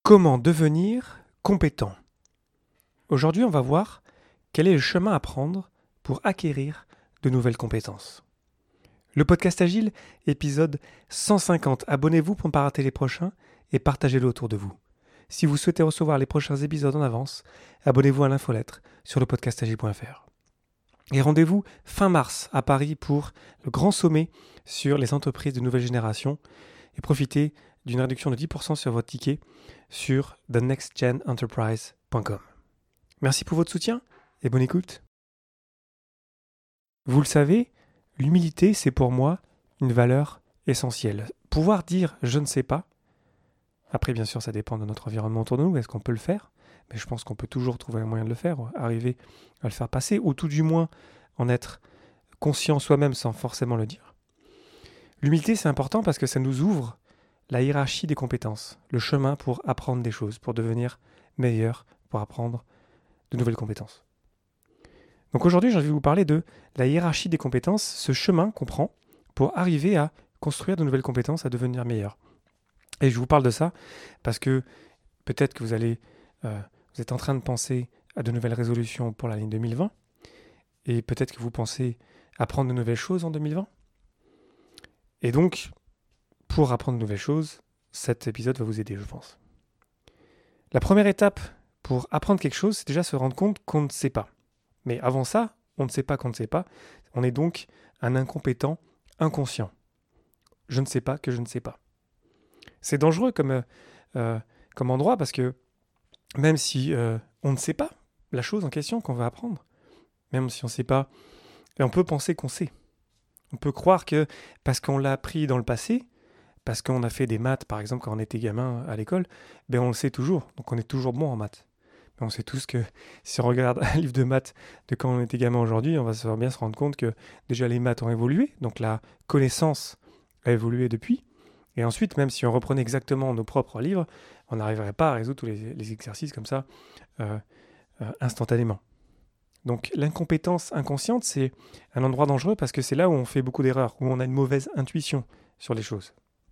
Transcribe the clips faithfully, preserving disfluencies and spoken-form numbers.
Comment devenir compétent? Aujourd'hui, on va voir quel est le chemin à prendre pour acquérir de nouvelles compétences. Le podcast Agile, épisode cent cinquante. Abonnez-vous pour ne pas rater les prochains et partagez-le autour de vous. Si vous souhaitez recevoir les prochains épisodes en avance, abonnez-vous à l'infolettre sur le podcast agile point f r. Et rendez-vous fin mars à Paris pour le grand sommet sur les entreprises de nouvelle génération et profitez d'une réduction de dix pour cent sur votre ticket sur the next gen enterprise point com. Merci pour votre soutien et bonne écoute. Vous le savez, l'humilité, c'est pour moi une valeur essentielle. Pouvoir dire « je ne sais pas », après bien sûr ça dépend de notre environnement autour de nous, est-ce qu'on peut le faire ? Mais je pense qu'on peut toujours trouver un moyen de le faire, arriver à le faire passer, ou tout du moins en être conscient soi-même sans forcément le dire. L'humilité, c'est important parce que ça nous ouvre la hiérarchie des compétences, le chemin pour apprendre des choses, pour devenir meilleur, pour apprendre de nouvelles compétences. Donc aujourd'hui, j'ai envie de vous parler de la hiérarchie des compétences, ce chemin qu'on prend pour arriver à construire de nouvelles compétences, à devenir meilleur. Et je vous parle de ça parce que peut-être que vous allez, euh, vous êtes en train de penser à de nouvelles résolutions pour l'année deux mille vingt, et peut-être que vous pensez apprendre de nouvelles choses en deux mille vingt. Et donc, pour apprendre de nouvelles choses, cet épisode va vous aider, je pense. La première étape pour apprendre quelque chose, c'est déjà se rendre compte qu'on ne sait pas. Mais avant ça, on ne sait pas qu'on ne sait pas. On est donc un incompétent inconscient. Je ne sais pas que je ne sais pas. C'est dangereux comme, euh, comme endroit parce que même si euh, on ne sait pas la chose en question qu'on va apprendre, même si on ne sait pas, on peut penser qu'on sait. On peut croire que parce qu'on l'a appris dans le passé, parce qu'on a fait des maths, par exemple, quand on était gamin à l'école, ben on le sait toujours. Donc on est toujours bon en maths. Mais on sait tous que si on regarde un livre de maths de quand on était gamin aujourd'hui, on va se bien se rendre compte que déjà les maths ont évolué, donc la connaissance a évolué depuis. Et ensuite, même si on reprenait exactement nos propres livres, on n'arriverait pas à résoudre tous les, les exercices comme ça euh, euh, instantanément. Donc l'incompétence inconsciente, c'est un endroit dangereux parce que c'est là où on fait beaucoup d'erreurs, où on a une mauvaise intuition sur les choses.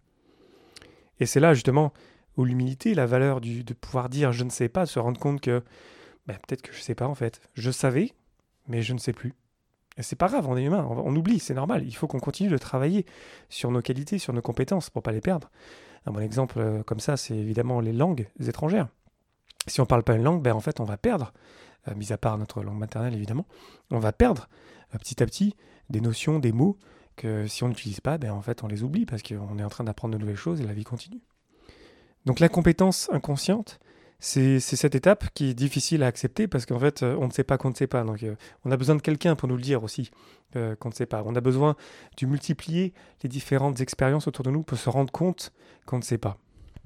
Et c'est là justement où l'humilité, la valeur du, de pouvoir dire « je ne sais pas », se rendre compte que ben, peut-être que je ne sais pas en fait. Je savais, mais je ne sais plus. Et c'est pas grave, on est humain, on, on oublie, c'est normal. Il faut qu'on continue de travailler sur nos qualités, sur nos compétences pour ne pas les perdre. Un bon exemple euh, comme ça, c'est évidemment les langues étrangères. Si on ne parle pas une langue, ben, en fait on va perdre, euh, mis à part notre langue maternelle évidemment, on va perdre euh, petit à petit des notions, des mots que si on n'utilise pas, ben, en fait on les oublie parce qu'on est en train d'apprendre de nouvelles choses et la vie continue. Donc la compétence inconsciente, c'est, c'est cette étape qui est difficile à accepter parce qu'en fait, on ne sait pas qu'on ne sait pas. Donc euh, on a besoin de quelqu'un pour nous le dire aussi euh, qu'on ne sait pas. On a besoin de multiplier les différentes expériences autour de nous pour se rendre compte qu'on ne sait pas.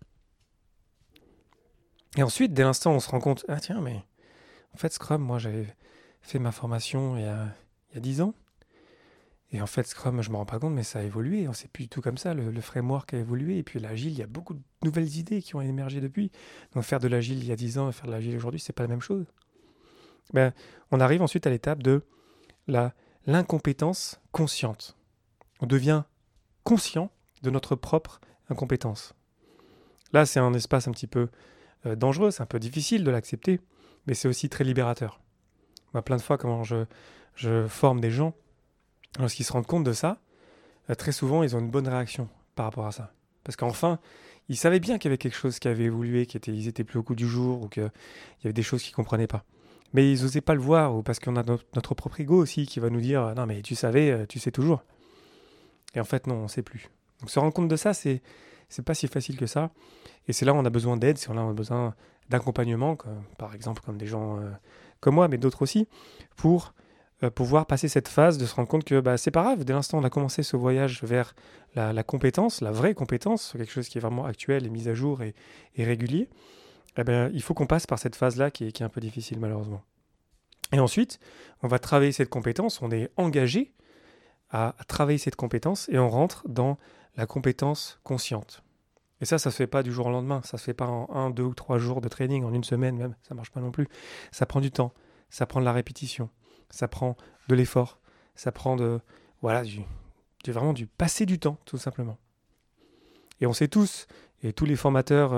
Et ensuite, dès l'instant où on se rend compte, ah tiens, mais en fait Scrum, moi j'avais fait ma formation il y a, il y a dix ans. Et en fait, Scrum, je ne me rends pas compte, mais ça a évolué. C'est plus du tout comme ça. Le, le framework a évolué. Et puis l'agile, il y a beaucoup de nouvelles idées qui ont émergé depuis. Donc faire de l'agile il y a dix ans et faire de l'agile aujourd'hui, c'est pas la même chose. Ben, on arrive ensuite à l'étape de la, l'incompétence consciente. On devient conscient de notre propre incompétence. Là, c'est un espace un petit peu euh, dangereux. C'est un peu difficile de l'accepter. Mais c'est aussi très libérateur. Moi, plein de fois, quand je, je forme des gens, lorsqu'ils se rendent compte de ça, très souvent, ils ont une bonne réaction par rapport à ça. Parce qu'enfin, ils savaient bien qu'il y avait quelque chose qui avait évolué, qu'ils étaient plus au goût du jour, ou qu'il y avait des choses qu'ils ne comprenaient pas. Mais ils n'osaient pas le voir, ou parce qu'on a notre, notre propre ego aussi qui va nous dire « Non, mais tu savais, tu sais toujours ». Et en fait, non, on ne sait plus. Donc se rendre compte de ça, c'est, c'est pas si facile que ça. Et c'est là où on a besoin d'aide, c'est là où on a besoin d'accompagnement, comme, par exemple comme des gens euh, comme moi, mais d'autres aussi, pour Euh, pouvoir passer cette phase de se rendre compte que bah, c'est pas grave, dès l'instant où on a commencé ce voyage vers la, la compétence, la vraie compétence, quelque chose qui est vraiment actuel et mis à jour et, et régulier, eh ben, il faut qu'on passe par cette phase-là qui est, qui est un peu difficile malheureusement. Et ensuite, on va travailler cette compétence, on est engagé à, à travailler cette compétence et on rentre dans la compétence consciente. Et ça, ça se fait pas du jour au lendemain, ça se fait pas en un, deux ou trois jours de training, en une semaine même, ça marche pas non plus. Ça prend du temps, ça prend de la répétition. Ça prend de l'effort, ça prend de, voilà, du, du, vraiment du passer du temps, tout simplement. Et on sait tous, et tous les formateurs euh,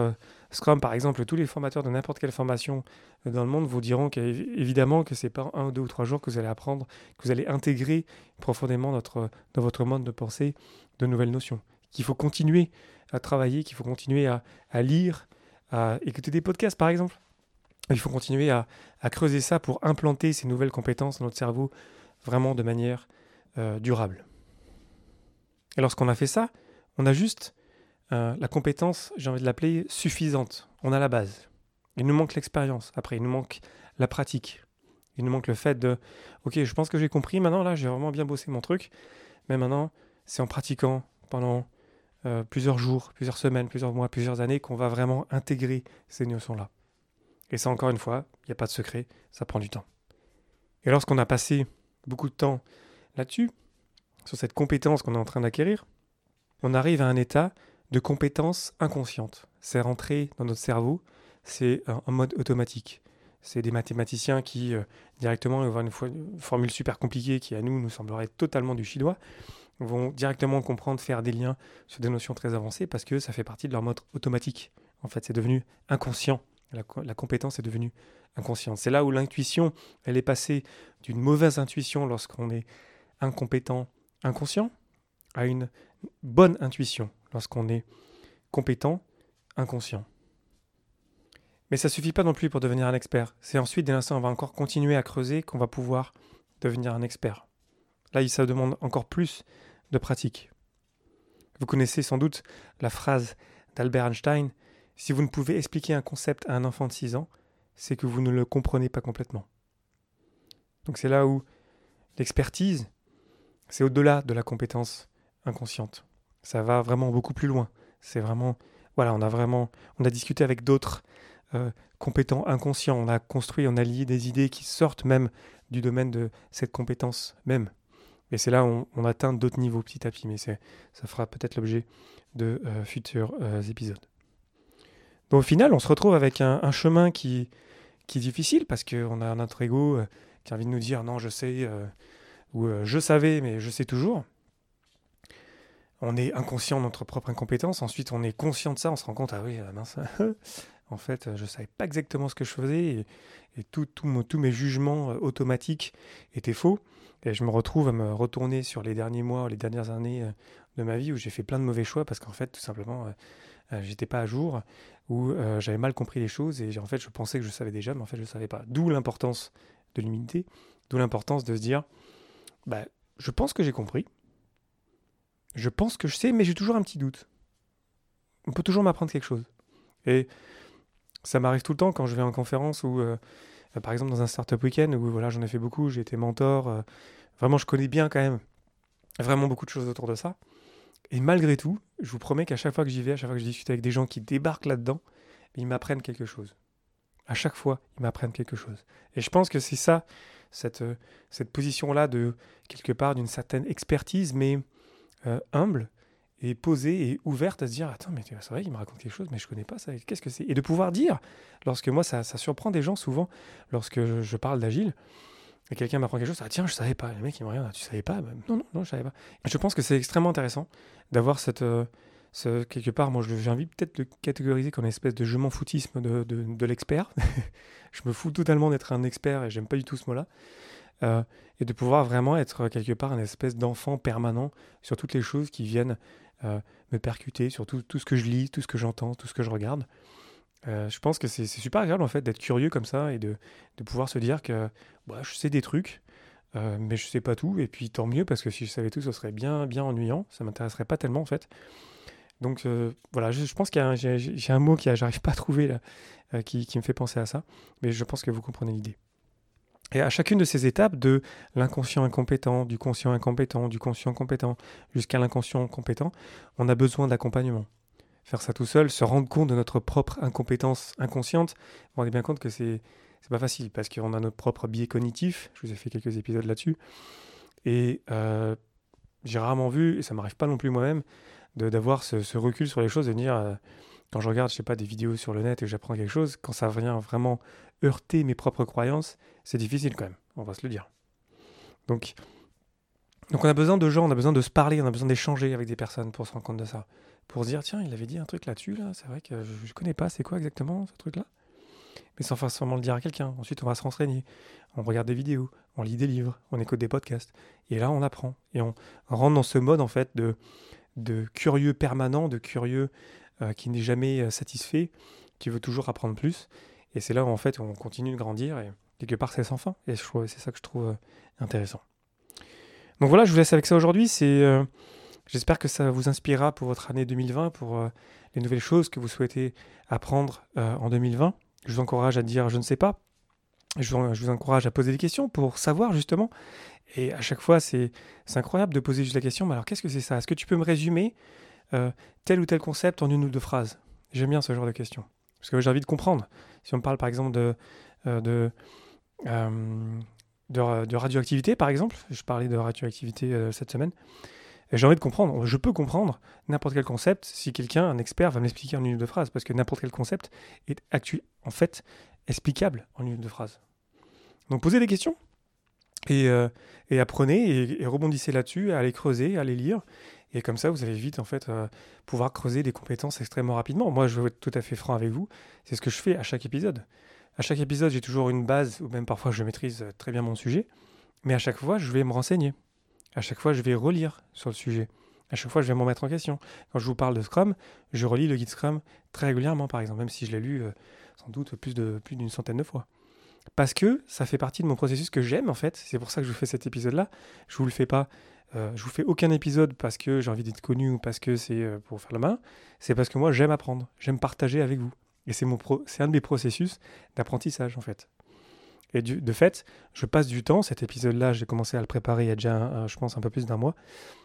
Scrum, par exemple, tous les formateurs de n'importe quelle formation dans le monde vous diront qu'évidemment que c'est pas en un, deux ou trois jours que vous allez apprendre, que vous allez intégrer profondément notre, dans votre mode de pensée de nouvelles notions. Qu'il faut continuer à travailler, qu'il faut continuer à, à lire, à écouter des podcasts, par exemple. Il faut continuer à, à creuser ça pour implanter ces nouvelles compétences dans notre cerveau vraiment de manière euh, durable. Et lorsqu'on a fait ça, on a juste euh, la compétence, j'ai envie de l'appeler, suffisante. On a la base. Il nous manque l'expérience. Après, il nous manque la pratique. Il nous manque le fait de « Ok, je pense que j'ai compris. Maintenant, là, j'ai vraiment bien bossé mon truc. Mais maintenant, c'est en pratiquant pendant euh, plusieurs jours, plusieurs semaines, plusieurs mois, plusieurs années qu'on va vraiment intégrer ces notions-là. » Et ça, encore une fois, il n'y a pas de secret, ça prend du temps. Et lorsqu'on a passé beaucoup de temps là-dessus, sur cette compétence qu'on est en train d'acquérir, on arrive à un état de compétence inconsciente. C'est rentré dans notre cerveau, c'est en mode automatique. C'est des mathématiciens qui, euh, directement, vont avoir une, une formule super compliquée qui, à nous, nous semblerait totalement du chinois, vont directement comprendre, faire des liens sur des notions très avancées parce que ça fait partie de leur mode automatique. En fait, c'est devenu inconscient. La, la compétence est devenue inconsciente. C'est là où l'intuition, elle est passée d'une mauvaise intuition lorsqu'on est incompétent, inconscient, à une bonne intuition lorsqu'on est compétent, inconscient. Mais ça ne suffit pas non plus pour devenir un expert. C'est ensuite, dès l'instant où on va encore continuer à creuser, qu'on va pouvoir devenir un expert. Là, ça demande encore plus de pratique. Vous connaissez sans doute la phrase d'Albert Einstein, « Si vous ne pouvez expliquer un concept à un enfant de six ans, c'est que vous ne le comprenez pas complètement. » Donc c'est là où l'expertise, c'est au-delà de la compétence inconsciente. Ça va vraiment beaucoup plus loin. C'est vraiment, voilà, on a vraiment, on a discuté avec d'autres euh, compétents inconscients. On a construit, on a lié des idées qui sortent même du domaine de cette compétence même. Et c'est là où on, on atteint d'autres niveaux petit à petit. Mais c'est, ça fera peut-être l'objet de euh, futurs euh, épisodes. Donc au final, on se retrouve avec un, un chemin qui, qui est difficile parce qu'on a notre ego euh, qui a envie de nous dire « Non, je sais euh, » ou euh, « Je savais, mais je sais toujours ». On est inconscient de notre propre incompétence. Ensuite, on est conscient de ça. On se rend compte « Ah oui, mince, en fait, je ne savais pas exactement ce que je faisais et, et tout, tout mon, tous mes jugements euh, automatiques étaient faux. » Et je me retrouve à me retourner sur les derniers mois, les dernières années euh, de ma vie où j'ai fait plein de mauvais choix parce qu'en fait, tout simplement, euh, euh, j'étais pas à jour, où euh, j'avais mal compris les choses et en fait, je pensais que je savais déjà, mais en fait, je ne savais pas. D'où l'importance de l'humilité, d'où l'importance de se dire bah, « Je pense que j'ai compris, je pense que je sais, mais j'ai toujours un petit doute. On peut toujours m'apprendre quelque chose. » Et ça m'arrive tout le temps quand je vais en conférence ou, euh, euh, par exemple, dans un Startup Weekend où voilà, j'en ai fait beaucoup, j'ai été mentor. Euh, vraiment, je connais bien quand même vraiment beaucoup de choses autour de ça. Et malgré tout, je vous promets qu'à chaque fois que j'y vais, à chaque fois que je discute avec des gens qui débarquent là-dedans, ils m'apprennent quelque chose. À chaque fois, ils m'apprennent quelque chose. Et je pense que c'est ça, cette, euh, cette position-là de, quelque part, d'une certaine expertise, mais euh, humble, et posée et ouverte à se dire « Attends, mais c'est vrai, il me raconte quelque chose, mais je connais pas ça, qu'est-ce que c'est ?» Et de pouvoir dire, lorsque moi, ça, ça surprend des gens souvent, lorsque je, je parle d'Agile, et quelqu'un m'apprend quelque chose, « Ah tiens, je savais pas. » Le mec, il me regarde, « Tu savais pas ?» Non, non, non, je savais pas. Je pense que c'est extrêmement intéressant d'avoir cette... Euh, ce, quelque part, moi, j'ai envie peut-être de catégoriser comme une espèce de je m'en foutisme de, de, de l'expert. Je me fous totalement d'être un expert et j'aime pas du tout ce mot-là. Euh, et de pouvoir vraiment être quelque part une espèce d'enfant permanent sur toutes les choses qui viennent euh, me percuter, sur tout, tout ce que je lis, tout ce que j'entends, tout ce que je regarde. Euh, je pense que c'est, c'est super agréable en fait d'être curieux comme ça et de, de pouvoir se dire que bah, je sais des trucs, euh, mais je sais pas tout. Et puis tant mieux parce que si je savais tout, ce serait bien, bien ennuyant. Ça m'intéresserait pas tellement en fait. Donc euh, voilà, je, je pense qu'il y a un, j'ai, j'ai un mot qui j'arrive pas à trouver là, euh, qui, qui me fait penser à ça, mais je pense que vous comprenez l'idée. Et à chacune de ces étapes, de l'inconscient incompétent, du conscient incompétent, du conscient compétent, jusqu'à l'inconscient compétent, on a besoin d'accompagnement. Faire ça tout seul, se rendre compte de notre propre incompétence inconsciente, vous vous rendez bien compte que c'est, c'est pas facile, parce qu'on a notre propre biais cognitif, je vous ai fait quelques épisodes là-dessus, et euh, j'ai rarement vu, et ça m'arrive pas non plus moi-même, de, d'avoir ce, ce recul sur les choses, de dire, euh, quand je regarde, je sais pas, des vidéos sur le net et que j'apprends quelque chose, quand ça vient vraiment heurter mes propres croyances, c'est difficile quand même, on va se le dire. Donc, donc on a besoin de gens, on a besoin de se parler, on a besoin d'échanger avec des personnes pour se rendre compte de ça, pour se dire, tiens, il avait dit un truc là-dessus, là, c'est vrai que je ne connais pas, c'est quoi exactement ce truc-là? Mais sans forcément le dire à quelqu'un. Ensuite, on va se renseigner, on regarde des vidéos, on lit des livres, on écoute des podcasts. Et là, on apprend. Et on rentre dans ce mode, en fait, de, de curieux permanent, de curieux euh, qui n'est jamais euh, satisfait, qui veut toujours apprendre plus. Et c'est là où, en fait, on continue de grandir. Et quelque part, c'est sans fin. Et je trouve, c'est ça que je trouve euh, intéressant. Donc voilà, je vous laisse avec ça aujourd'hui. C'est, euh, j'espère que ça vous inspirera pour votre année deux mille vingt, pour euh, les nouvelles choses que vous souhaitez apprendre euh, en deux mille vingt. Je vous encourage à dire « je ne sais pas ». Je vous, je vous encourage à poser des questions pour savoir justement. Et à chaque fois, c'est, c'est incroyable de poser juste la question. Mais alors, qu'est-ce que c'est ça? Est-ce que tu peux me résumer euh, tel ou tel concept en une ou deux phrases? J'aime bien ce genre de questions. Parce que j'ai envie de comprendre. Si on me parle par exemple de, euh, de, euh, de, de radioactivité, par exemple. Je parlais de radioactivité euh, cette semaine. Et j'ai envie de comprendre. Je peux comprendre n'importe quel concept si quelqu'un, un expert, va m'expliquer en une ou deux phrases. Parce que n'importe quel concept est actu- en fait explicable en une ou deux phrases. Donc posez des questions et, euh, et apprenez et, et rebondissez là-dessus, allez creuser, allez lire. Et comme ça, vous allez vite en fait euh, pouvoir creuser des compétences extrêmement rapidement. Moi, je veux être tout à fait franc avec vous. C'est ce que je fais à chaque épisode. À chaque épisode, j'ai toujours une base, ou même parfois je maîtrise très bien mon sujet. Mais à chaque fois, je vais me renseigner. À chaque fois, je vais relire sur le sujet. À chaque fois, je vais m'en mettre en question. Quand je vous parle de Scrum, je relis le guide Scrum très régulièrement, par exemple, même si je l'ai lu euh, sans doute plus, de, plus d'une centaine de fois. Parce que ça fait partie de mon processus que j'aime, en fait. C'est pour ça que je vous fais cet épisode-là. Je vous le fais pas... Euh, je vous fais aucun épisode parce que j'ai envie d'être connu ou parce que c'est euh, pour faire le main. C'est parce que moi, j'aime apprendre. J'aime partager avec vous. Et c'est, mon pro- c'est un de mes processus d'apprentissage, en fait. Et du, de fait, je passe du temps. Cet épisode-là, j'ai commencé à le préparer il y a déjà, un, un, je pense, un peu plus d'un mois.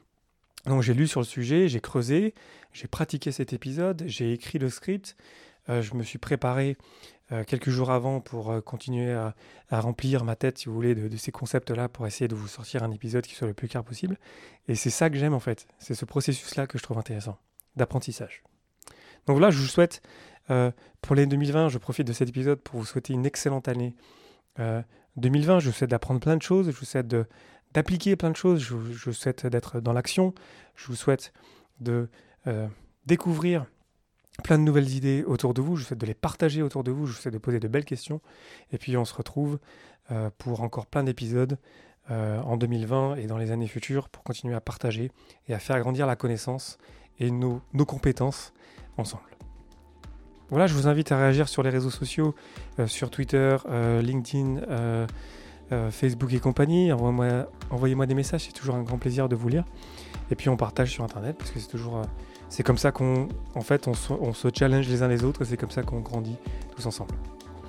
Donc j'ai lu sur le sujet, j'ai creusé, j'ai pratiqué cet épisode, j'ai écrit le script, euh, je me suis préparé euh, quelques jours avant pour euh, continuer à, à remplir ma tête, si vous voulez, de, de ces concepts-là pour essayer de vous sortir un épisode qui soit le plus clair possible. Et c'est ça que j'aime en fait, c'est ce processus-là que je trouve intéressant, d'apprentissage. Donc voilà, je vous souhaite, euh, pour l'année deux mille vingt, je profite de cet épisode pour vous souhaiter une excellente année euh, deux mille vingt. Je vous souhaite d'apprendre plein de choses, je vous souhaite de... d'appliquer plein de choses, je, je vous souhaite d'être dans l'action, je vous souhaite de euh, découvrir plein de nouvelles idées autour de vous, je vous souhaite de les partager autour de vous, je vous souhaite de poser de belles questions, et puis on se retrouve euh, pour encore plein d'épisodes euh, en deux mille vingt et dans les années futures pour continuer à partager et à faire grandir la connaissance et nos, nos compétences ensemble. Voilà, je vous invite à réagir sur les réseaux sociaux, euh, sur Twitter, euh, LinkedIn, euh, Euh, Facebook et compagnie, envoyez-moi, envoyez-moi des messages, c'est toujours un grand plaisir de vous lire. Et puis on partage sur internet parce que c'est toujours, euh, c'est comme ça qu'on, en fait, on se, on se challenge les uns les autres et c'est comme ça qu'on grandit tous ensemble.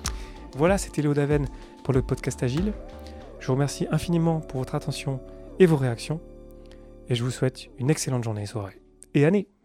Voilà, c'était Léo Daven pour le podcast Agile. Je vous remercie infiniment pour votre attention et vos réactions et je vous souhaite une excellente journée et soirée et année.